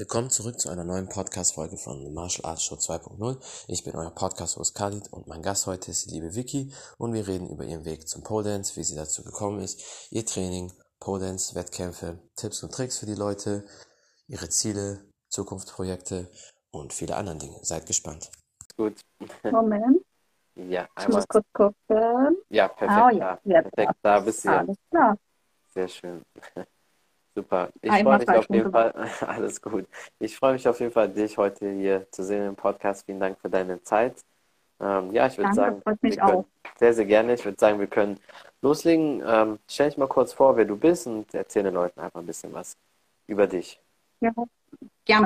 Willkommen zurück zu einer neuen Podcast-Folge von The Martial Arts Show 2.0. Ich bin euer Podcast-Host Khalid und mein Gast heute ist die liebe Vicky und wir reden über ihren Weg zum Pole Dance, wie sie dazu gekommen ist, ihr Training, Pole Dance, Wettkämpfe, Tipps und Tricks für die Leute, ihre Ziele, Zukunftsprojekte und viele andere Dinge. Seid gespannt. Gut. Moment, Ja, ich einmal. muss kurz gucken. Ja, Oh perfekt. ja, Da. jetzt. Perfekt, da bist du ja. Alles klar. Sehr schön. Super. Ich freue Einmal mich falsch auf jeden rumgemacht. Fall. Alles gut. Ich freue mich auf jeden Fall, dich heute hier zu sehen im Podcast. Vielen Dank für deine Zeit. Ja, ich würde Danke, sagen, freut wir mich auch. können sehr, sehr gerne. Ich würde sagen, wir können loslegen. Stell dich mal kurz vor, wer du bist und erzähl den Leuten einfach ein bisschen was über dich. Ja, gerne.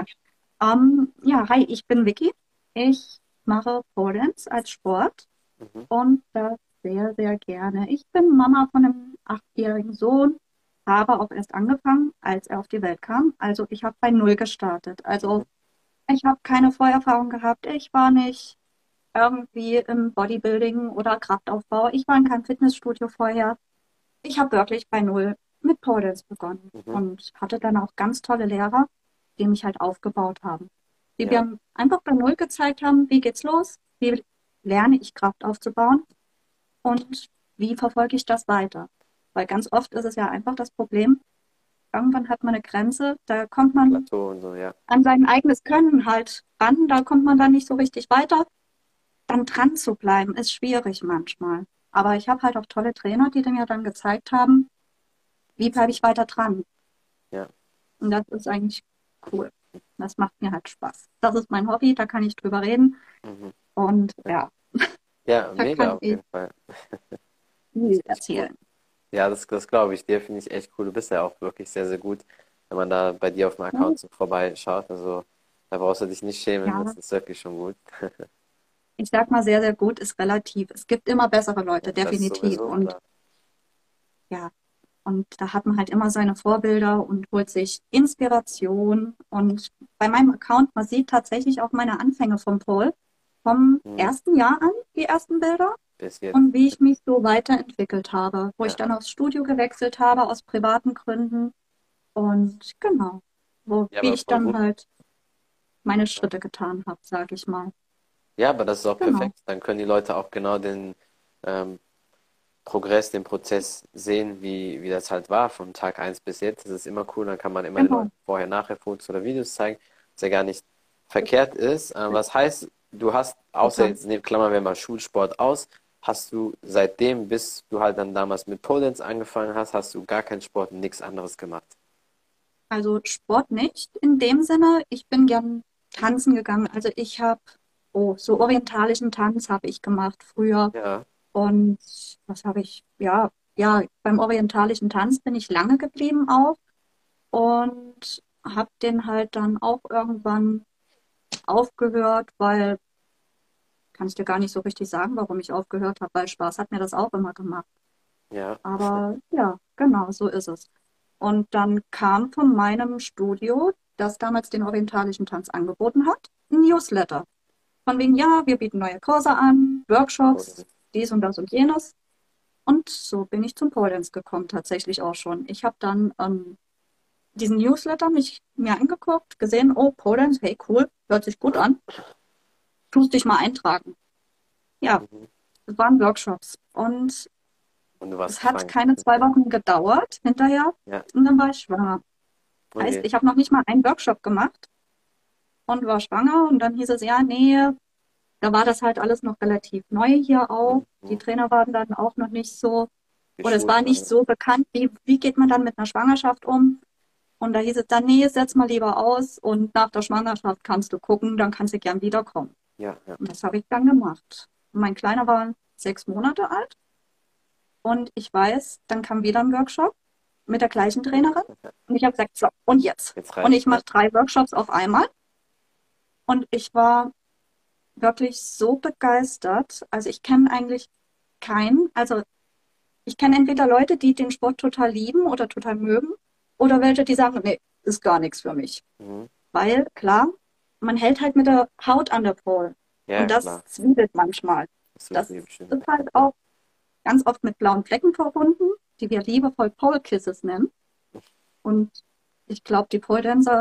Ja, hi, ich bin Vicky. Ich mache Pole Dance als Sport Mhm. und das sehr, sehr gerne. Ich bin Mama von einem 8-jährigen Sohn, habe auch erst angefangen, als er auf die Welt kam. Also ich habe bei Null gestartet. Mhm. Also ich habe keine Vorerfahrung gehabt. Ich war nicht irgendwie im Bodybuilding oder Kraftaufbau. Ich war in keinem Fitnessstudio vorher. Ich habe wirklich bei Null mit Pole Dance begonnen Mhm. und hatte dann auch ganz tolle Lehrer, die mich halt aufgebaut haben. Die Ja, mir einfach bei Null gezeigt haben, wie geht's los, wie lerne ich Kraft aufzubauen und wie verfolge ich das weiter. Weil ganz oft ist es ja einfach das Problem, irgendwann hat man eine Grenze, da kommt man Plateau und so, ja. an sein eigenes Können halt ran, da kommt man dann nicht so richtig weiter. Dann dran zu bleiben, ist schwierig manchmal. Aber ich habe halt auch tolle Trainer, die mir dann gezeigt haben, wie bleibe ich weiter dran. Ja. Und das ist eigentlich cool. Das macht mir halt Spaß. Das ist mein Hobby, da kann ich drüber reden. Mhm. Und ja, Ja, da mega kann auf ich jeden Fall. Das viel ist echt cool. erzählen. Ja, das glaube ich dir, finde ich echt cool. Du bist ja auch wirklich sehr, sehr gut, wenn man da bei dir auf dem Account so vorbeischaut. Also da brauchst du dich nicht schämen, das Ja, ist wirklich schon gut. ich sag mal, sehr, sehr gut ist relativ. Es gibt immer bessere Ja, Leute, das ist definitiv. sowieso Und klar. ja, und da hat man halt immer seine Vorbilder und holt sich Inspiration. Und bei meinem Account, man sieht tatsächlich auch meine Anfänge vom Pole, vom Mhm. ersten Jahr an, die ersten Bilder. Bis jetzt. Und wie ich mich so weiterentwickelt habe, wo ich Ja, dann aufs Studio gewechselt habe aus privaten Gründen und genau, ja, wie aber ich voll dann gut. halt meine Schritte getan habe, sage ich mal. Ja, aber das ist auch Genau. perfekt. Dann können die Leute auch genau den ähm, Progress, den Prozess sehen, wie das halt war von Tag eins bis jetzt. Das ist immer cool. Dann kann man immer den Genau. Leuten vorher, nachher Fotos oder Videos zeigen, was ja gar nicht verkehrt ist. Was heißt, du hast, außer Super. jetzt, klammern wir mal Schulsport aus, hast du seitdem, bis du halt dann damals mit Pole Dance angefangen hast, hast du gar keinen Sport, nichts anderes gemacht. Also Sport nicht in dem Sinne. Ich bin gern tanzen gegangen. Also ich habe, oh, so orientalischen Tanz habe ich gemacht früher. Ja, Und was habe ich? Ja, ja, beim orientalischen Tanz bin ich lange geblieben auch und habe den halt dann auch irgendwann aufgehört, weil, kann ich dir gar nicht so richtig sagen, warum ich aufgehört habe, weil Spaß hat mir das auch immer gemacht. ja, Aber ja, genau, so ist es. Und dann kam von meinem Studio, das damals den orientalischen Tanz angeboten hat, ein Newsletter. Von wegen, ja, wir bieten neue Kurse an, Workshops, cool. dies und das und jenes. Und so bin ich zum Pole Dance gekommen, tatsächlich auch schon. Ich habe dann diesen Newsletter mir angeguckt, gesehen, oh, Pole Dance, hey, cool, hört sich gut an, tust dich mal eintragen. Ja, Mhm. es waren Workshops und Und du warst es hat krank. keine 2 Wochen gedauert hinterher Ja, und dann war ich schwanger. Heißt, okay. ich habe noch nicht mal einen Workshop gemacht und war schwanger und dann hieß es, ja, nee, da war das halt alles noch relativ neu hier auch. Die Mhm. Trainer waren dann auch noch nicht so, oder es Geschult war noch, nicht ne? so bekannt, wie geht man dann mit einer Schwangerschaft um. Und da hieß es dann, nee, setz mal lieber aus und nach der Schwangerschaft kannst du gucken, dann kannst du gern wiederkommen. Ja, ja. Und das habe ich dann gemacht. Und mein Kleiner war 6 Monate alt und ich weiß, dann kam wieder ein Workshop mit der gleichen Trainerin und ich habe gesagt, so, und jetzt? Jetzt Und reicht, ich ja. mache 3 Workshops auf einmal und ich war wirklich so begeistert. Also ich kenne eigentlich keinen, also ich kenne entweder Leute, die den Sport total lieben oder total mögen oder welche, die sagen, nee, ist gar nichts für mich. Mhm. Weil, klar, man hält halt mit der Haut an der Pole. Ja, Und klar. das zwiebelt manchmal. Das Das wissen die bestimmt. ist halt auch ganz oft mit blauen Flecken verbunden, die wir liebevoll Pole Kisses nennen. Und ich glaube, die Pole Dancer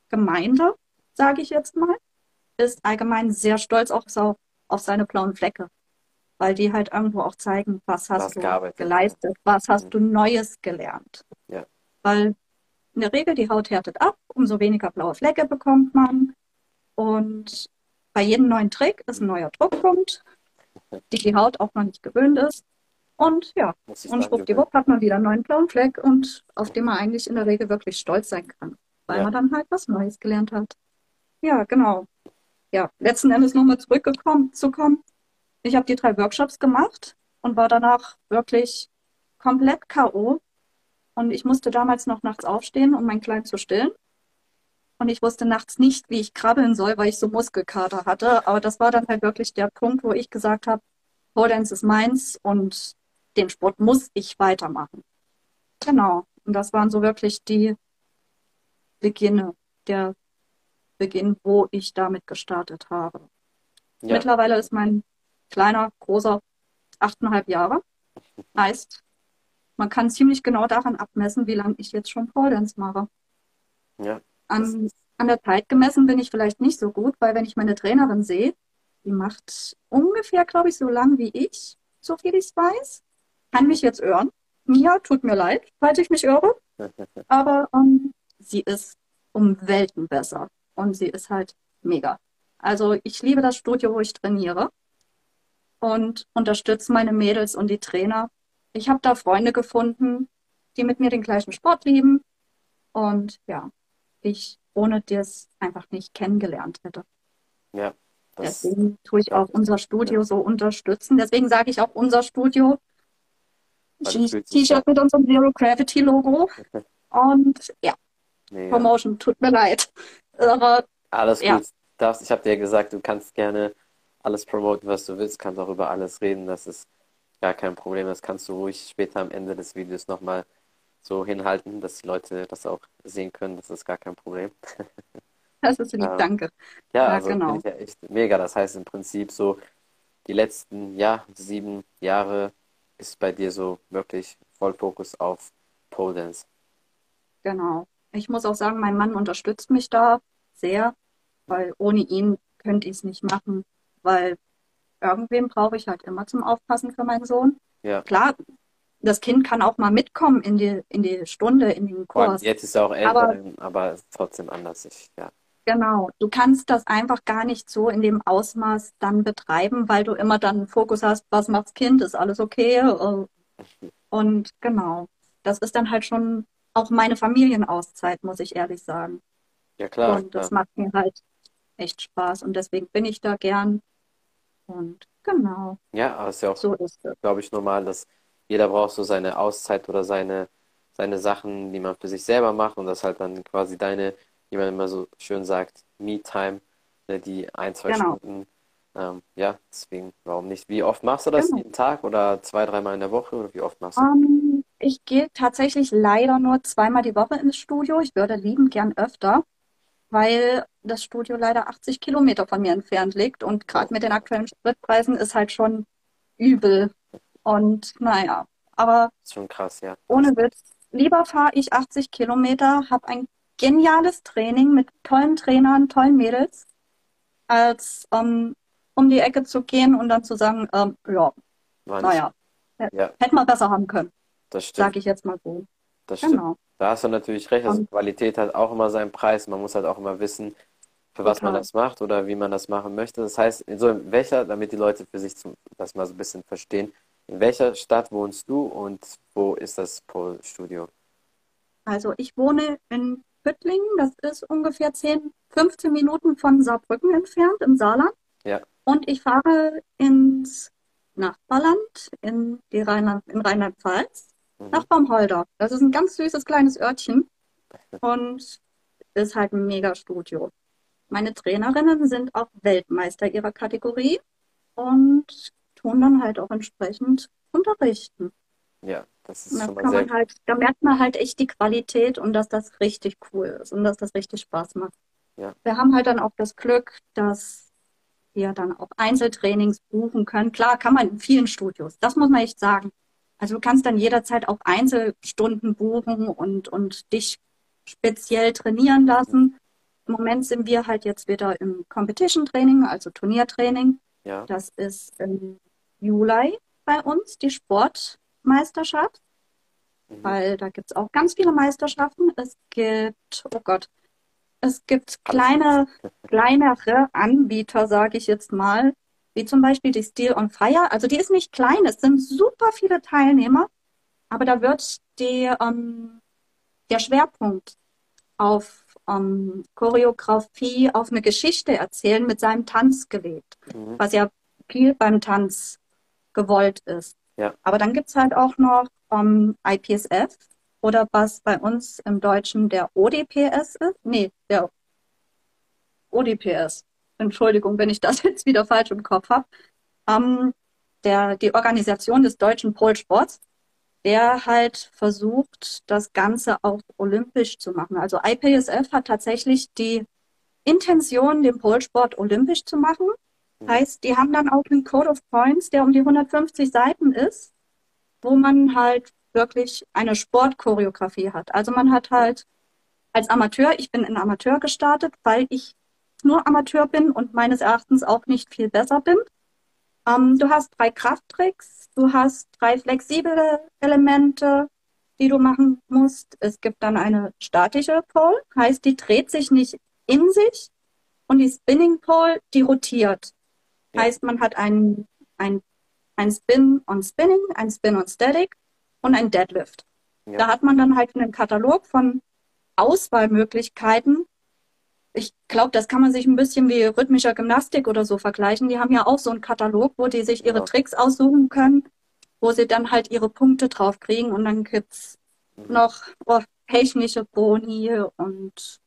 Gemeinde, sage ich jetzt mal, ist allgemein sehr stolz auch so auf seine blauen Flecke, weil die halt irgendwo auch zeigen, was Du hast hast du gearbeitet, ja. geleistet, was hast Mhm. du Neues gelernt. Ja, Weil in der Regel die Haut härtet ab, umso weniger blaue Flecke bekommt man. Und bei jedem neuen Trick ist ein neuer Druckpunkt, die Haut auch noch nicht gewöhnt ist. Und ja, muss ich und dran gewöhnen. schwuppdiwupp hat man wieder einen neuen blauen Fleck und auf den man eigentlich in der Regel wirklich stolz sein kann, weil Ja, man dann halt was Neues gelernt hat. Ja, genau. Ja, letzten Endes nochmal zurückgekommen zu kommen. Ich habe die 3 Workshops gemacht und war danach wirklich komplett K.O. Und ich musste damals noch nachts aufstehen, um meinen Kleinen zu stillen. Und ich wusste nachts nicht, wie ich krabbeln soll, weil ich so Muskelkater hatte. Aber das war dann halt wirklich der Punkt, wo ich gesagt habe, Pole Dance ist meins und den Sport muss ich weitermachen. Genau. Und das waren so wirklich die Beginne, der Beginn, wo ich damit gestartet habe. ja, Mittlerweile ist mein kleiner, großer 8,5 Jahre. Heißt, man kann ziemlich genau daran abmessen, wie lange ich jetzt schon Pole Dance mache. ja. Das An, ist, an der Zeit gemessen bin ich vielleicht nicht so gut, weil wenn ich meine Trainerin sehe, die macht ungefähr, glaube ich, so lang wie ich, so viel ich weiß. Kann mhm. mich jetzt irren. Mia, tut mir leid, falls ich mich irre. Aber sie ist um Welten besser. Und sie ist halt mega. Also ich liebe das Studio, wo ich trainiere und unterstütze meine Mädels und die Trainer. Ich habe da Freunde gefunden, die mit mir den gleichen Sport lieben. Und ja, ich ohne das einfach nicht kennengelernt hätte. Ja, das Deswegen tue ich auch glaube ich. unser Ja, Studio so unterstützen. Deswegen sage ich auch unser Studio. weil du fühlst dich da. T-Shirt mit unserem Zero Gravity Logo. Und ja, Mega. Promotion, tut mir leid. Aber Alles ja, gut. Ich habe dir ja gesagt, du kannst gerne alles promoten, was du willst, kannst auch über alles reden. Das ist gar kein Problem. Das kannst du ruhig später am Ende des Videos nochmal so hinhalten, dass die Leute das auch sehen können. Das ist gar kein Problem. das ist lieb, Ähm, danke. ja, Ja, also finde genau. ich ja echt mega. Das heißt im Prinzip so, die letzten, ja, 7 Jahre ist bei dir so wirklich Vollfokus auf Pole Dance. Genau. Ich muss auch sagen, mein Mann unterstützt mich da sehr, weil ohne ihn könnte ich es nicht machen, weil irgendwen brauche ich halt immer zum Aufpassen für meinen Sohn. Ja, Klar, das Kind kann auch mal mitkommen in die Stunde, in den vor allem Kurs. jetzt ist er auch älter, Aber aber ist trotzdem anders. Ja, genau, du kannst das einfach gar nicht so in dem Ausmaß dann betreiben, weil du immer dann einen Fokus hast, was macht's Kind, ist alles okay? Und genau, das ist dann halt schon auch meine Familienauszeit, muss ich ehrlich sagen. ja klar, Und das klar. macht mir halt echt Spaß und deswegen bin ich da gern. Und genau, Ja, aber es ist ja auch, so ist es. glaube ich, normal, dass jeder braucht so seine Auszeit oder seine Sachen, die man für sich selber macht und das halt dann quasi deine, wie man immer so schön sagt, Me-Time, ne, die ein, zwei Genau, Stunden. Ja, deswegen, warum nicht? Wie oft machst du das? genau. Jeden Tag oder zwei, dreimal in der Woche oder wie oft machst du? Ich gehe tatsächlich leider nur 2-mal die Woche ins Studio. Ich würde liebend gern öfter, weil das Studio leider 80 Kilometer von mir entfernt liegt und Oh, gerade mit den aktuellen Spritpreisen ist halt schon übel. Und naja, aber ist schon krass, ja. ohne Witz, lieber fahre ich 80 Kilometer, habe ein geniales Training mit tollen Trainern, tollen Mädels, als um die Ecke zu gehen und dann zu sagen, ja, War nicht. naja, Ja, hätte man besser haben können, das stimmt. sage ich jetzt mal so. Das stimmt. Genau, Da hast du natürlich recht. Also und Qualität hat auch immer seinen Preis. Man muss halt auch immer wissen, für was man total. das macht oder wie man das machen möchte. Das heißt, so in welcher, damit die Leute für sich das mal so ein bisschen verstehen, in welcher Stadt wohnst du und wo ist das Pole Studio? Also ich wohne in Püttlingen, das ist ungefähr 10, 15 Minuten von Saarbrücken entfernt im Saarland. Ja. Und ich fahre ins Nachbarland, in Rheinland-Pfalz, Mhm. nach Baumholder. Das ist ein ganz süßes kleines Örtchen und ist halt ein Mega-Studio. Meine Trainerinnen sind auch Weltmeister ihrer Kategorie und tun dann halt auch entsprechend unterrichten. Ja, das Und ist das schon mal kann sehr man gut. halt, da merkt man halt echt die Qualität und dass das richtig cool ist und dass das richtig Spaß macht. Ja. Wir haben halt dann auch das Glück, dass wir dann auch Einzeltrainings buchen können. Klar, kann man in vielen Studios. Das muss man echt sagen. Also du kannst dann jederzeit auch Einzelstunden buchen und dich speziell trainieren lassen. im Moment sind wir halt jetzt wieder im Competition Training, also Turniertraining. Ja. Das ist im Juli bei uns, die Sportmeisterschaft, Mhm. weil da gibt es auch ganz viele Meisterschaften. Es gibt, oh Gott, es gibt Alles gut. kleinere Anbieter, sage ich jetzt mal, wie zum Beispiel die Steel on Fire. Also die ist nicht klein, es sind super viele Teilnehmer, aber da wird der Schwerpunkt auf Choreografie, auf eine Geschichte erzählen mit seinem Tanz gelegt, Mhm. was ja viel beim Tanz gewollt ist. Ja. Aber dann gibt es halt auch noch IPSF oder was bei uns im Deutschen der ODPS ist. Nee, der ODPS. Entschuldigung, wenn ich das jetzt wieder falsch im Kopf habe. Ähm, die Organisation des deutschen Polsports, der halt versucht, das Ganze auch olympisch zu machen. Also IPSF hat tatsächlich die Intention, den Polsport olympisch zu machen. Mhm. Heißt, die haben dann auch einen Code of Points, der um die 150 Seiten ist, wo man halt wirklich eine Sportchoreografie hat. Also man hat Ja. halt als Amateur, ich bin in Amateur gestartet, weil ich nur Amateur bin und meines Erachtens auch nicht viel besser bin. Du hast 3 Krafttricks, du hast 3 flexible Elemente, die du machen musst. Es gibt dann eine statische Pole, heißt, die dreht sich nicht in sich, und die Spinning Pole, die rotiert. Ja. Heißt, man hat ein, ein Spin on Spinning, ein Spin on Static und ein Deadlift. Ja. Da hat man dann halt einen Katalog von Auswahlmöglichkeiten. Ich glaube, das kann man sich ein bisschen wie rhythmischer Gymnastik oder so vergleichen. Die haben ja auch so einen Katalog, wo die sich ihre Genau. Tricks aussuchen können, wo sie dann halt ihre Punkte drauf kriegen. Und dann gibt's Mhm. noch technische Boni und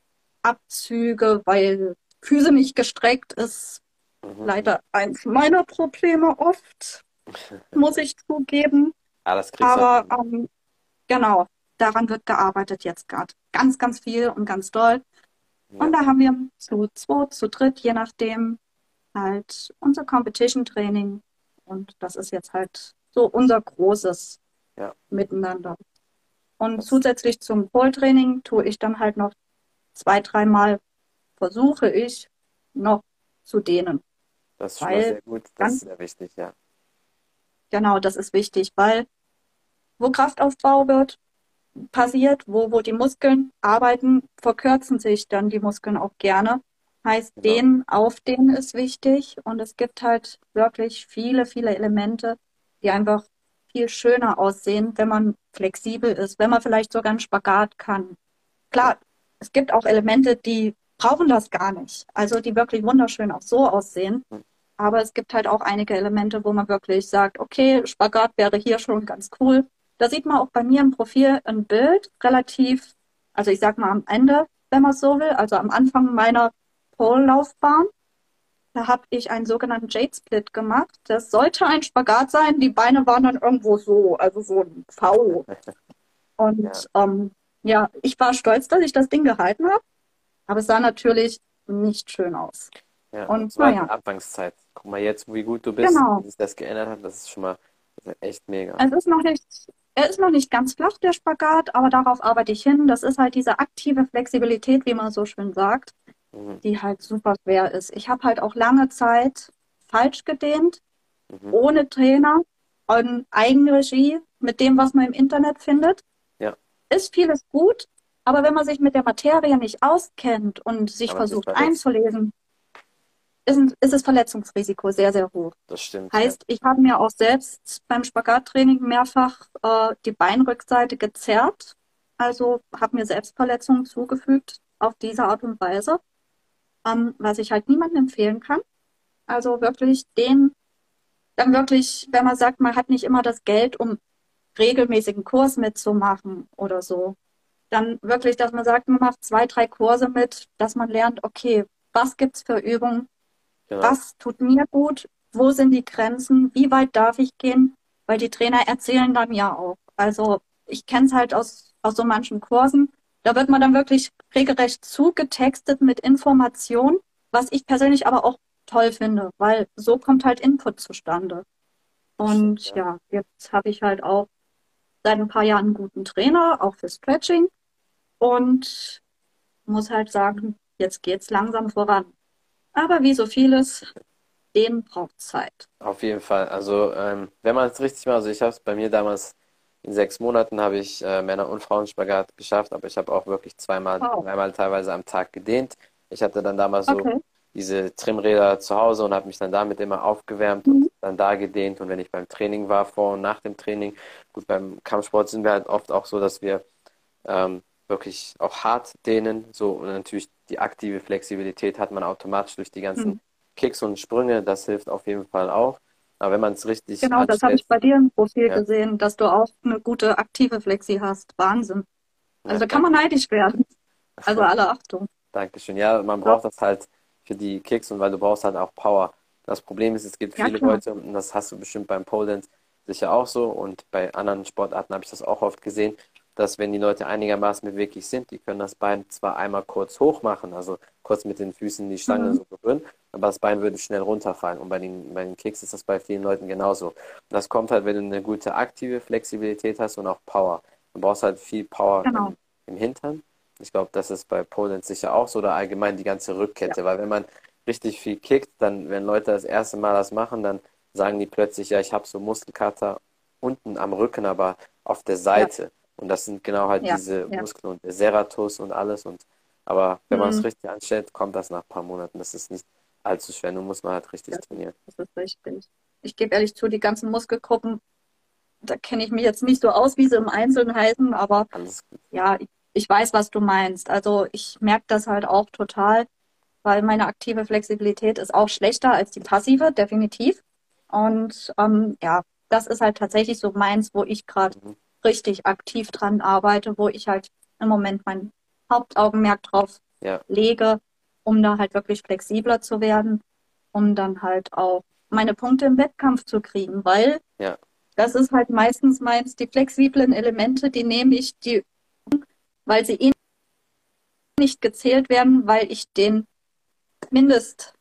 Abzüge, weil Füße nicht gestreckt ist Mhm. leider eins meiner Probleme oft, muss ich zugeben. Ah, das kriegst du auch Aber hin. genau, daran wird gearbeitet jetzt gerade. Ganz, ganz viel und ganz doll. Und Ja. da haben wir zu zweit, zu dritt, je nachdem, halt unser Competition Training. Und das ist jetzt halt so unser großes Ja. Miteinander. Und Das, zusätzlich zum Pole Training tue ich dann halt noch 2, dreimal, versuche ich noch zu dehnen. das ist schon mal Weil sehr gut. Das ist ganz sehr wichtig, ja. genau, das ist wichtig, weil wo Kraftaufbau passiert, wo die Muskeln arbeiten, verkürzen sich dann die Muskeln auch gerne. Heißt, Genau. dehnen, aufdehnen ist wichtig, und es gibt halt wirklich viele, viele Elemente, die einfach viel schöner aussehen, wenn man flexibel ist, wenn man vielleicht sogar einen Spagat kann. Ja. Klar, es gibt auch Elemente, die brauchen das gar nicht, also die wirklich wunderschön auch so aussehen. Mhm. Aber es gibt halt auch einige Elemente, wo man wirklich sagt, okay, Spagat wäre hier schon ganz cool. Da sieht man auch bei mir im Profil ein Bild, relativ, also ich sag mal am Ende, wenn man es so will, also am Anfang meiner Pole-Laufbahn. Da habe ich einen sogenannten Jade Split gemacht. Das sollte ein Spagat sein. Die Beine waren dann irgendwo so, also so ein V. Ja. Und ja, ich war stolz, dass ich das Ding gehalten habe, aber es sah natürlich nicht schön aus. Ja. Und Und so halt die naja, Anfangszeit. Guck mal jetzt, wie gut du bist, wie genau. sich das geändert hat. Das ist schon mal das ist echt mega. Es ist noch nicht, er ist noch nicht ganz flach, der Spagat, aber darauf arbeite ich hin. Das ist halt diese aktive Flexibilität, wie man so schön sagt, Mhm. die halt super schwer ist. Ich habe halt auch lange Zeit falsch gedehnt, Mhm. ohne Trainer, in Eigenregie, mit dem, was man im Internet findet. Ja. Ist vieles gut, aber wenn man sich mit der Materie nicht auskennt und sich Kann man sich versucht verletzen. einzulesen, ist das Verletzungsrisiko sehr, sehr hoch. Das stimmt, ja. Heißt, ich habe mir auch selbst beim Spagattraining mehrfach die Beinrückseite gezerrt. Also habe mir Selbstverletzungen zugefügt auf diese Art und Weise, was ich halt niemandem empfehlen kann. Also wirklich dann wirklich, wenn man sagt, man hat nicht immer das Geld, um regelmäßigen Kurs mitzumachen oder so, dann wirklich, dass man sagt, man macht 2, 3 Kurse mit, dass man lernt, okay, was gibt's für Übungen, Genau. was tut mir gut, wo sind die Grenzen, wie weit darf ich gehen, weil die Trainer erzählen dann ja auch. Also ich kenne es halt aus so manchen Kursen, da wird man dann wirklich regelrecht zugetextet mit Informationen, was ich persönlich aber auch toll finde, weil so kommt halt Input zustande. Das stimmt, Und ja. ja, jetzt habe ich halt auch seit ein paar Jahren einen guten Trainer, auch für Stretching, und muss halt sagen, jetzt geht's langsam voran. Aber wie so vieles, dem braucht Zeit. Auf jeden Fall. Also, wenn man es richtig macht, also ich habe es bei mir damals in 6 Monaten habe ich Männer- und Frauenspagat geschafft, aber ich habe auch wirklich zweimal, Wow. dreimal teilweise am Tag gedehnt. Ich hatte dann damals so Okay. diese Trimmräder zu Hause und habe mich dann damit immer aufgewärmt und Mhm. dann da gedehnt. Und wenn ich beim Training war, vor und nach dem Training, gut, beim Kampfsport sind wir halt oft auch so, dass wir wirklich auch hart dehnen. So, und natürlich die aktive Flexibilität hat man automatisch durch die ganzen Mhm. Kicks und Sprünge. Das hilft auf jeden Fall auch. Aber wenn man es richtig Genau, das habe anstellt, ich bei dir im Profil ja, gesehen, dass du auch eine gute aktive Flexi hast. Wahnsinn. ja, Also da kann man danke, neidisch werden. Also alle Achtung. danke schön. Ja, man Ja, braucht das halt für die Kicks und weil du brauchst halt auch Power. Das Problem ist, es gibt ja viele klar. Leute, und das hast du bestimmt beim Pole Dance sicher auch so und bei anderen Sportarten habe ich das auch oft gesehen, dass wenn die Leute einigermaßen beweglich sind, die können das Bein zwar einmal kurz hoch machen, also kurz mit den Füßen die Stange Mhm. so berühren, aber das Bein würde schnell runterfallen. Und bei den Kicks ist das bei vielen Leuten genauso. Und das kommt halt, wenn du eine gute aktive Flexibilität hast und auch Power. Du brauchst halt viel Power Genau. im Hintern. Ich glaube, das ist bei Pole Dance sicher auch so oder allgemein die ganze Ja. Rückkette, weil wenn man richtig viel kickt, dann, wenn Leute das erste Mal das machen, dann sagen die plötzlich, ja, ich habe so Muskelkater unten am Rücken, aber auf der Ja. Seite. Und das sind genau halt Ja. diese Ja. Muskeln und der Serratus und alles. Aber wenn man es Mhm. richtig anstellt, kommt das nach ein paar Monaten. Das ist nicht allzu schwer, nur muss man halt richtig Ja, trainieren. das ist richtig. Ich gebe ehrlich zu, die ganzen Muskelgruppen, da kenne ich mich jetzt nicht so aus, wie sie im Einzelnen heißen, aber Alles gut. ja, ich weiß, was du meinst. Also ich merke das halt auch total, weil meine aktive Flexibilität ist auch schlechter als die passive, definitiv. Und ja, das ist halt tatsächlich so meins, wo ich gerade Mhm. richtig aktiv dran arbeite, wo ich halt im Moment mein Hauptaugenmerk drauf Ja, lege, um da halt wirklich flexibler zu werden, um dann halt auch meine Punkte im Wettkampf zu kriegen, weil ja, das ist halt meistens meins, die flexiblen Elemente, die nehme ich, die, weil sie eh nicht gezählt werden, weil ich den Mindest.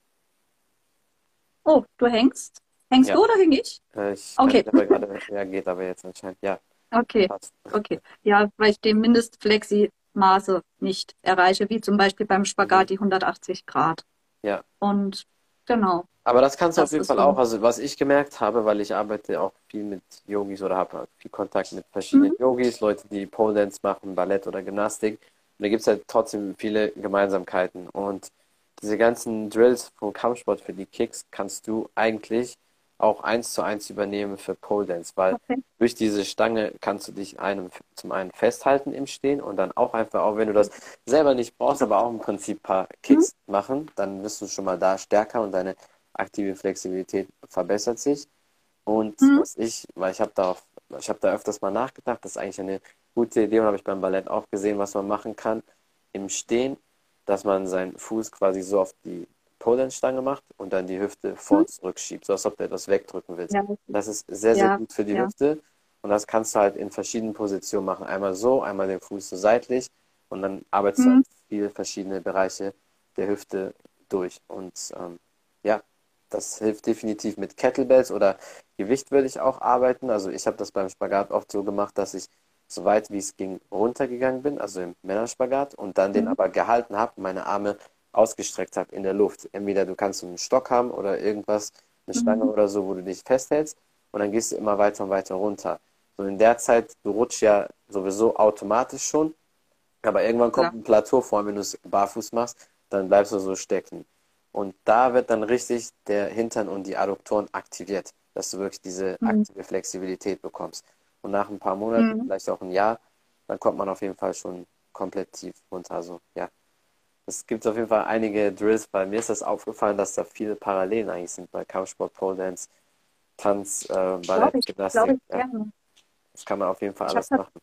Oh, du hängst? Hängst ja. du oder häng ich? Ich kann Okay, nicht aber gerade, ja, geht aber jetzt anscheinend. Ja, okay, passt. okay. Ja, weil ich den Mindestflexi-Maße nicht erreiche, wie zum Beispiel beim Mhm. Spagat die 180 Grad. Ja. Und genau, Aber das kannst du auf das jeden ist Fall auch. so. Also was ich gemerkt habe, weil ich arbeite auch viel mit Yogis oder habe viel Kontakt mit verschiedenen Mhm. Yogis, Leute, die Pole Dance machen, Ballett oder Gymnastik. Und da gibt es halt trotzdem viele Gemeinsamkeiten. Und diese ganzen Drills vom Kampfsport für die Kicks kannst du eigentlich auch 1:1 übernehmen für Pole Dance, weil Okay. durch diese Stange kannst du dich zum einen festhalten im Stehen und dann auch einfach, auch wenn du das selber nicht brauchst, aber auch im Prinzip ein paar Mhm. Kicks machen, dann bist du schon mal da stärker und deine aktive Flexibilität verbessert sich. Und Mhm. ich habe da öfters mal nachgedacht, das ist eigentlich eine gute Idee und habe ich beim Ballett auch gesehen, was man machen kann im Stehen, dass man seinen Fuß quasi so auf die Pole-Stange macht und dann die Hüfte vor Mhm. und zurück schiebt, so als ob du etwas wegdrücken willst. Ja, Das ist sehr, sehr ja, gut für die ja. Hüfte und das kannst du halt in verschiedenen Positionen machen. Einmal so, einmal den Fuß so seitlich und dann arbeitest du halt Mhm. viele verschiedene Bereiche der Hüfte durch. Und ja, das hilft definitiv mit Kettlebells oder Gewicht würde ich auch arbeiten. Also ich habe das beim Spagat oft so gemacht, dass ich so weit wie es ging runtergegangen bin, also im Männerspagat und dann den Mhm. aber gehalten habe und meine Arme ausgestreckt habe in der Luft. Entweder du kannst so einen Stock haben oder irgendwas, eine Stange Mhm. oder so, wo du dich festhältst und dann gehst du immer weiter und weiter runter. So in der Zeit, du rutschst ja sowieso automatisch schon, aber irgendwann kommt Klar. ein Plateau, vor allem wenn du es barfuß machst, dann bleibst du so stecken. Und da wird dann richtig der Hintern und die Adduktoren aktiviert, dass du wirklich diese Mhm. aktive Flexibilität bekommst. Und nach ein paar Monaten, Mhm. vielleicht auch ein Jahr, dann kommt man auf jeden Fall schon komplett tief runter. Also ja, es gibt auf jeden Fall einige Drills. Bei mir ist das aufgefallen, dass da viele Parallelen eigentlich sind bei Kampfsport, Pole Dance, Tanz, Ballett, Glaube Gymnastik. ich Ja, gerne. das kann man auf jeden Fall Ich habe alles machen.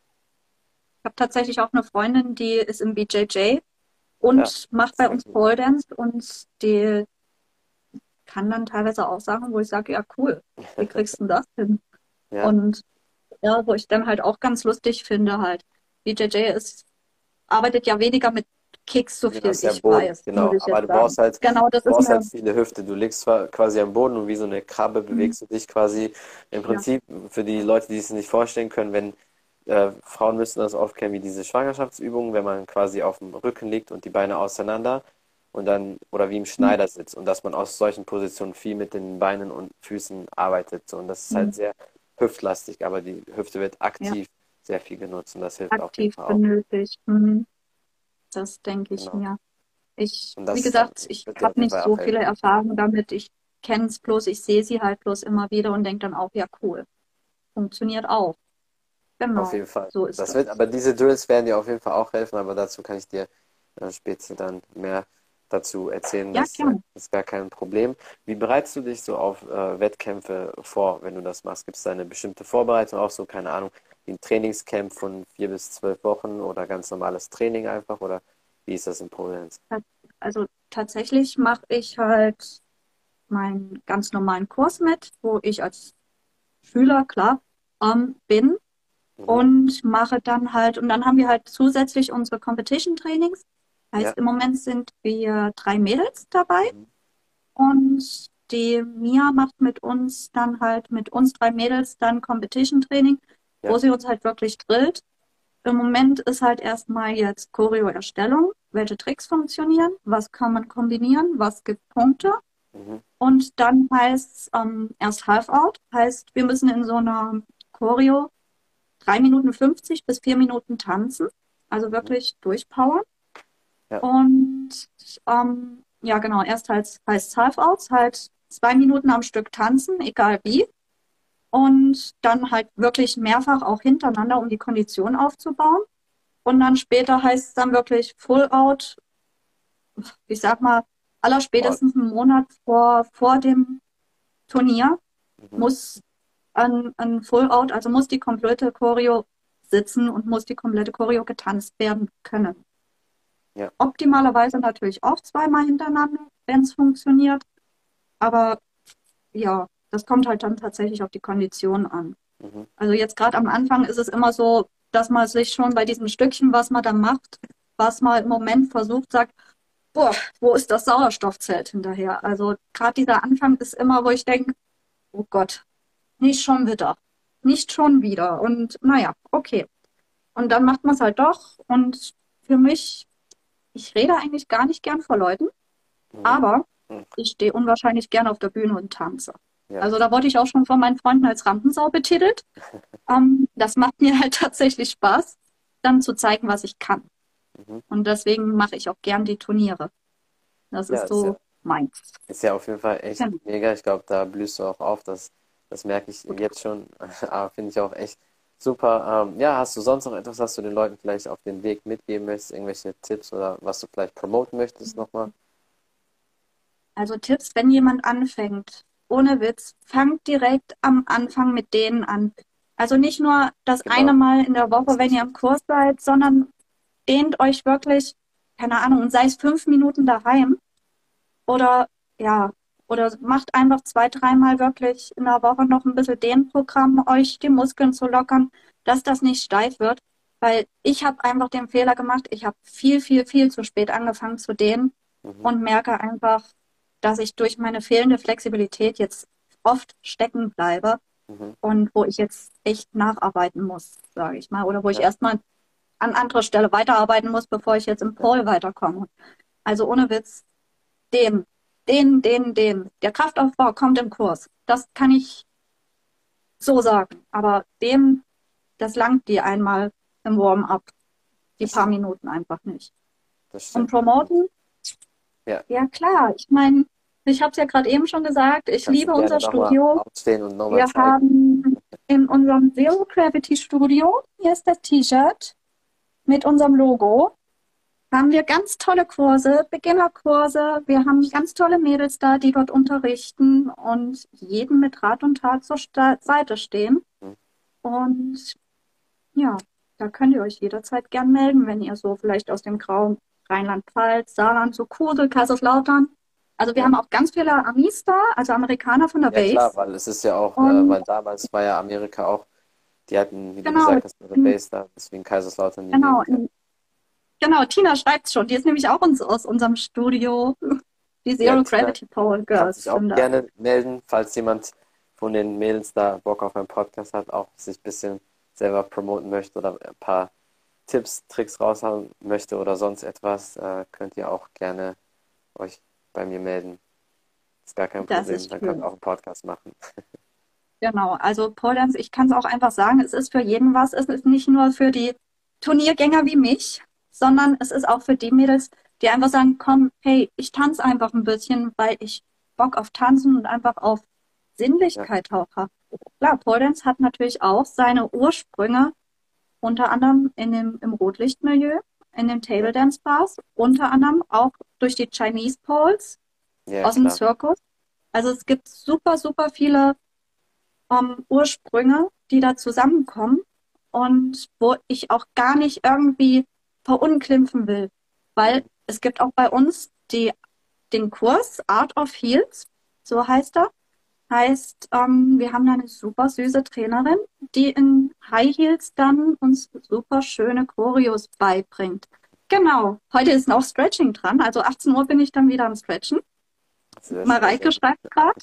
hab tatsächlich auch eine Freundin, die ist im BJJ Ja, und macht bei sehr uns gut. Pole Dance und die kann dann teilweise auch Sachen, wo ich sage, ja cool, wie kriegst du denn das hin? Ja. Und ja, wo ich dann halt auch ganz lustig finde halt. BJJ arbeitet ja weniger mit Kicks, so Genau, viel das ist ja ich Boden, weiß, muss genau. ich Aber jetzt du brauchst sagen. halt, Genau, du das ist brauchst mir, halt viele Hüfte. Du liegst zwar quasi am Boden und wie so eine Krabbe hm, bewegst du dich quasi im ja, Prinzip für die Leute, die es nicht vorstellen können, wenn Frauen müssen das oft kennen, wie diese Schwangerschaftsübungen, wenn man quasi auf dem Rücken liegt und die Beine auseinander und dann, oder wie im Schneidersitz und dass man aus solchen Positionen viel mit den Beinen und Füßen arbeitet. So. Und das ist halt Mhm. sehr hüftlastig, aber die Hüfte wird Ja, aktiv sehr viel genutzt und das hilft auf jeden aktiv Fall auch. benötigt. Mhm. Das denke ich Genau. mir. Und Wie das ist gesagt, ich wird dir auf habe jeden nicht Fall auch so viele helfen. Erfahrungen damit. Ich kenne es bloß, ich sehe sie halt bloß immer wieder und denke dann auch, ja, cool. Funktioniert auch. Auf Genau, jeden Fall. so ist Das wird, das. aber diese Drills werden dir auf jeden Fall auch helfen, aber dazu kann ich dir später dann mehr dazu erzählen. Ja, Das klar. ist gar kein Problem. Wie bereitest du dich so auf Wettkämpfe vor, wenn du das machst? Gibt es da eine bestimmte Vorbereitung, auch so, keine Ahnung, wie ein Trainingscamp von 4 bis 12 Wochen oder ganz normales Training einfach? Oder wie ist das in Polen? Also tatsächlich mache ich halt meinen ganz normalen Kurs mit, wo ich als Schüler, klar, bin Mhm. und mache dann halt, und dann haben wir halt zusätzlich unsere Competition Trainings. Ja. Heißt, im Moment sind wir 3 Mädels dabei Mhm. und die Mia macht mit uns 3 Mädels dann Competition Training, wo Ja. sie uns halt wirklich drillt. Im Moment ist halt erstmal jetzt Choreo-Erstellung, welche Tricks funktionieren, was kann man kombinieren, was gibt Punkte. Mhm. Und dann heißt es erst Half-Out, heißt, wir müssen in so einer Choreo 3 Minuten 50 bis 4 Minuten tanzen, also Mhm. wirklich durchpowern. Ja. Und ja, genau, erst heißt Half-Outs, halt 2 Minuten am Stück tanzen, egal wie. Und dann halt wirklich mehrfach auch hintereinander, um die Kondition aufzubauen. Und dann später heißt es dann wirklich Full Out, ich sag mal, Boah. allerspätestens einen Monat vor dem Turnier Mhm. muss ein Full Out, also muss die komplette Choreo sitzen und muss die komplette Choreo getanzt werden können. Ja. Optimalerweise natürlich auch zweimal hintereinander, wenn es funktioniert. Aber ja, das kommt halt dann tatsächlich auf die Kondition an. Mhm. Also jetzt gerade am Anfang ist es immer so, dass man sich schon bei diesem Stückchen, was man da macht, was man im Moment versucht, sagt, boah, wo ist das Sauerstoffzelt hinterher? Also gerade dieser Anfang ist immer, wo ich denke, oh Gott, nicht schon wieder. Nicht schon wieder. Und naja, okay. Und dann macht man es halt doch. Und für mich, ich rede eigentlich gar nicht gern vor Leuten, Mhm. aber Mhm. ich stehe unwahrscheinlich gern auf der Bühne und tanze. Ja. Also da wurde ich auch schon von meinen Freunden als Rampensau betitelt. Das macht mir halt tatsächlich Spaß, dann zu zeigen, was ich kann. Mhm. Und deswegen mache ich auch gern die Turniere. Das Ja, ist so meins. ist ja auf jeden Fall echt Genau. mega. Ich glaube, da blühst du auch auf. Das merke ich Gut. jetzt schon. Aber finde ich auch echt super. Ja, hast du sonst noch etwas, was du den Leuten vielleicht auf den Weg mitgeben möchtest? Irgendwelche Tipps oder was du vielleicht promoten möchtest nochmal? Also Tipps, wenn jemand anfängt, ohne Witz, fangt direkt am Anfang mit denen an. Also nicht nur das eine Genau, Mal in der das Woche, ist wenn ihr wichtig. im Kurs seid, sondern dehnt euch wirklich, keine Ahnung, und sei es 5 Minuten daheim oder ja, oder macht einfach 2, 3 Mal wirklich in der Woche noch ein bisschen Dehnprogramm, euch die Muskeln zu lockern, dass das nicht steif wird. Weil ich habe einfach den Fehler gemacht, ich habe viel, viel, viel zu spät angefangen zu dehnen Mhm. und merke einfach, dass ich durch meine fehlende Flexibilität jetzt oft stecken bleibe Mhm. und wo ich jetzt echt nacharbeiten muss, sage ich mal, oder wo ich Ja, erstmal an anderer Stelle weiterarbeiten muss, bevor ich jetzt im ja, Pole weiterkomme. Also ohne Witz, den, den. Der Kraftaufbau kommt im Kurs. Das kann ich so sagen. Aber dem, das langt dir einmal im Warm-up, die das paar stimmt. Minuten einfach nicht. Das Und stimmt. Und promoten, ja, ja klar, ich meine, ich habe es ja gerade eben schon gesagt, ich kannst du liebe gerne unser nochmal Studio. aufstehen und nochmal Wir zeigen. haben in unserem Zero Gravity Studio, hier ist das T-Shirt mit unserem Logo, haben wir ganz tolle Kurse, Beginnerkurse. Wir haben ganz tolle Mädels da, die dort unterrichten und jeden mit Rat und Tat zur Seite stehen. Mhm. Und ja, da könnt ihr euch jederzeit gern melden, wenn ihr so vielleicht aus dem Raum Rheinland-Pfalz, Saarland, so Kusel, Kaiserslautern. Also wir Ja. haben auch ganz viele Amis da, also Amerikaner von der Ja klar, Base. weil es ist ja auch, Und weil damals war ja Amerika auch, die hatten, wie du genau, gesagt hast, ihre Base da, deswegen Kaiserslautern die genau, Gegend. Ja. genau, Tina schreibt schon. Die ist nämlich auch aus unserem Studio. Die Ja, Zero Tina Gravity Pole kann sich Girls auch sind das. gerne melden, falls jemand von den Mädels da Bock auf einen Podcast hat, auch sich ein bisschen selber promoten möchte oder ein paar Tipps, Tricks raushauen möchte oder sonst etwas, könnt ihr auch gerne euch bei mir melden. Ist gar kein Das Problem, ist dann könnt ihr schön. auch einen Podcast machen. Genau, also Pole Dance, ich kann es auch einfach sagen, es ist für jeden was. Es ist nicht nur für die Turniergänger wie mich, sondern es ist auch für die Mädels, die einfach sagen, komm, hey, ich tanze einfach ein bisschen, weil ich Bock auf Tanzen und einfach auf Ja, Sinnlichkeit auch habe. Klar, Pole Dance hat natürlich auch seine Ursprünge, unter anderem im Rotlichtmilieu, in den ja, Table Dance Bars, unter anderem auch durch die Chinese Poles ja, aus dem klar. Zirkus. Also es gibt super, super viele Ursprünge, die da zusammenkommen und wo ich auch gar nicht irgendwie verunglimpfen will. Weil Mhm. es gibt auch bei uns den Kurs Art of Heels, so heißt er. Heißt, wir haben da eine super süße Trainerin, die in High Heels dann uns super schöne Choreos beibringt. Genau, heute ist noch Stretching dran, also 18 Uhr bin ich dann wieder am Stretchen. Sehr schön, sehr Mareike gut. schreibt gerade.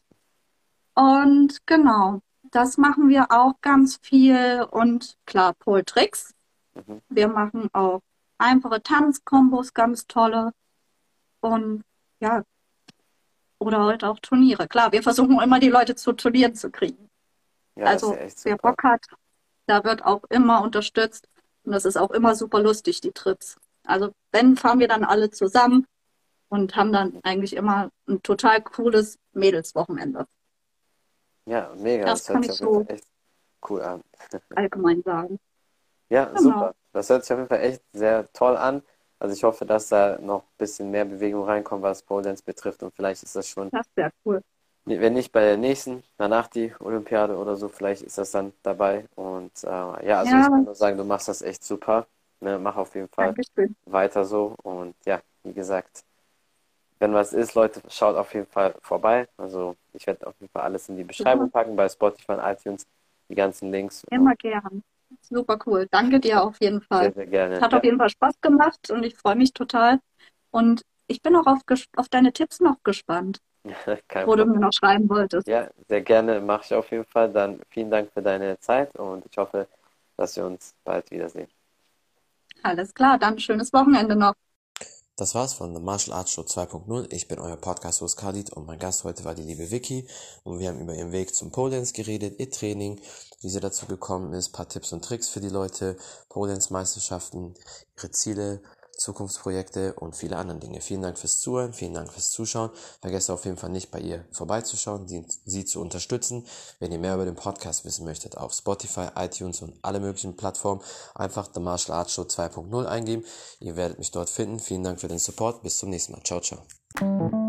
Und genau, das machen wir auch ganz viel. Und klar, Pole Tricks. Mhm. Wir machen auch einfache Tanzkombos, ganz tolle. Und ja, oder halt auch Turniere. Klar, wir versuchen immer die Leute zu Turnieren zu kriegen. Ja, das ist ja Also echt wer super. Bock hat, da wird auch immer unterstützt. Und das ist auch immer super lustig, die Trips. Also wenn, fahren wir dann alle zusammen und haben dann eigentlich immer ein total cooles Mädelswochenende. Ja, mega, Das das hört kann sich ich auf jeden Fall so echt cool an. allgemein sagen. Ja, Genau. super. Das hört sich auf jeden Fall echt sehr toll an. Also ich hoffe, dass da noch ein bisschen mehr Bewegung reinkommt, was Pole Dance betrifft. Und vielleicht ist das schon, Das wäre cool. wenn nicht bei der nächsten, danach die Olympiade oder so, vielleicht ist das dann dabei. Und ja, also Ja, ich kann nur sagen, du machst das echt super. Ne, mach auf jeden Fall danke schön. weiter so. Und ja, wie gesagt, wenn was ist, Leute, schaut auf jeden Fall vorbei. Also ich werde auf jeden Fall alles in die Super. Beschreibung packen, bei Spotify und iTunes, die ganzen Links. Und Immer gern. Super cool. Danke dir auf jeden sehr, Fall. sehr Es gerne. hat auf Ja, jeden Fall Spaß gemacht und ich freue mich total. Und ich bin auch auf deine Tipps noch gespannt, kein wo du mir Problem. noch schreiben wolltest. Ja, sehr gerne, mache ich auf jeden Fall. Dann vielen Dank für deine Zeit und ich hoffe, dass wir uns bald wiedersehen. Alles klar, dann schönes Wochenende noch. Das war's von The Martial Arts Show 2.0. Ich bin euer Podcast-Host Khalid und mein Gast heute war die liebe Vicky und wir haben über ihren Weg zum Pole Dance geredet, ihr Training, wie sie dazu gekommen ist, paar Tipps und Tricks für die Leute, Pole Dance Meisterschaften, ihre Ziele, Zukunftsprojekte und viele andere Dinge. Vielen Dank fürs Zuhören, vielen Dank fürs Zuschauen. Vergesst auf jeden Fall nicht bei ihr vorbeizuschauen, sie zu unterstützen. Wenn ihr mehr über den Podcast wissen möchtet, auf Spotify, iTunes und alle möglichen Plattformen einfach The Martial Arts Show 2.0 eingeben. Ihr werdet mich dort finden. Vielen Dank für den Support. Bis zum nächsten Mal. Ciao, ciao.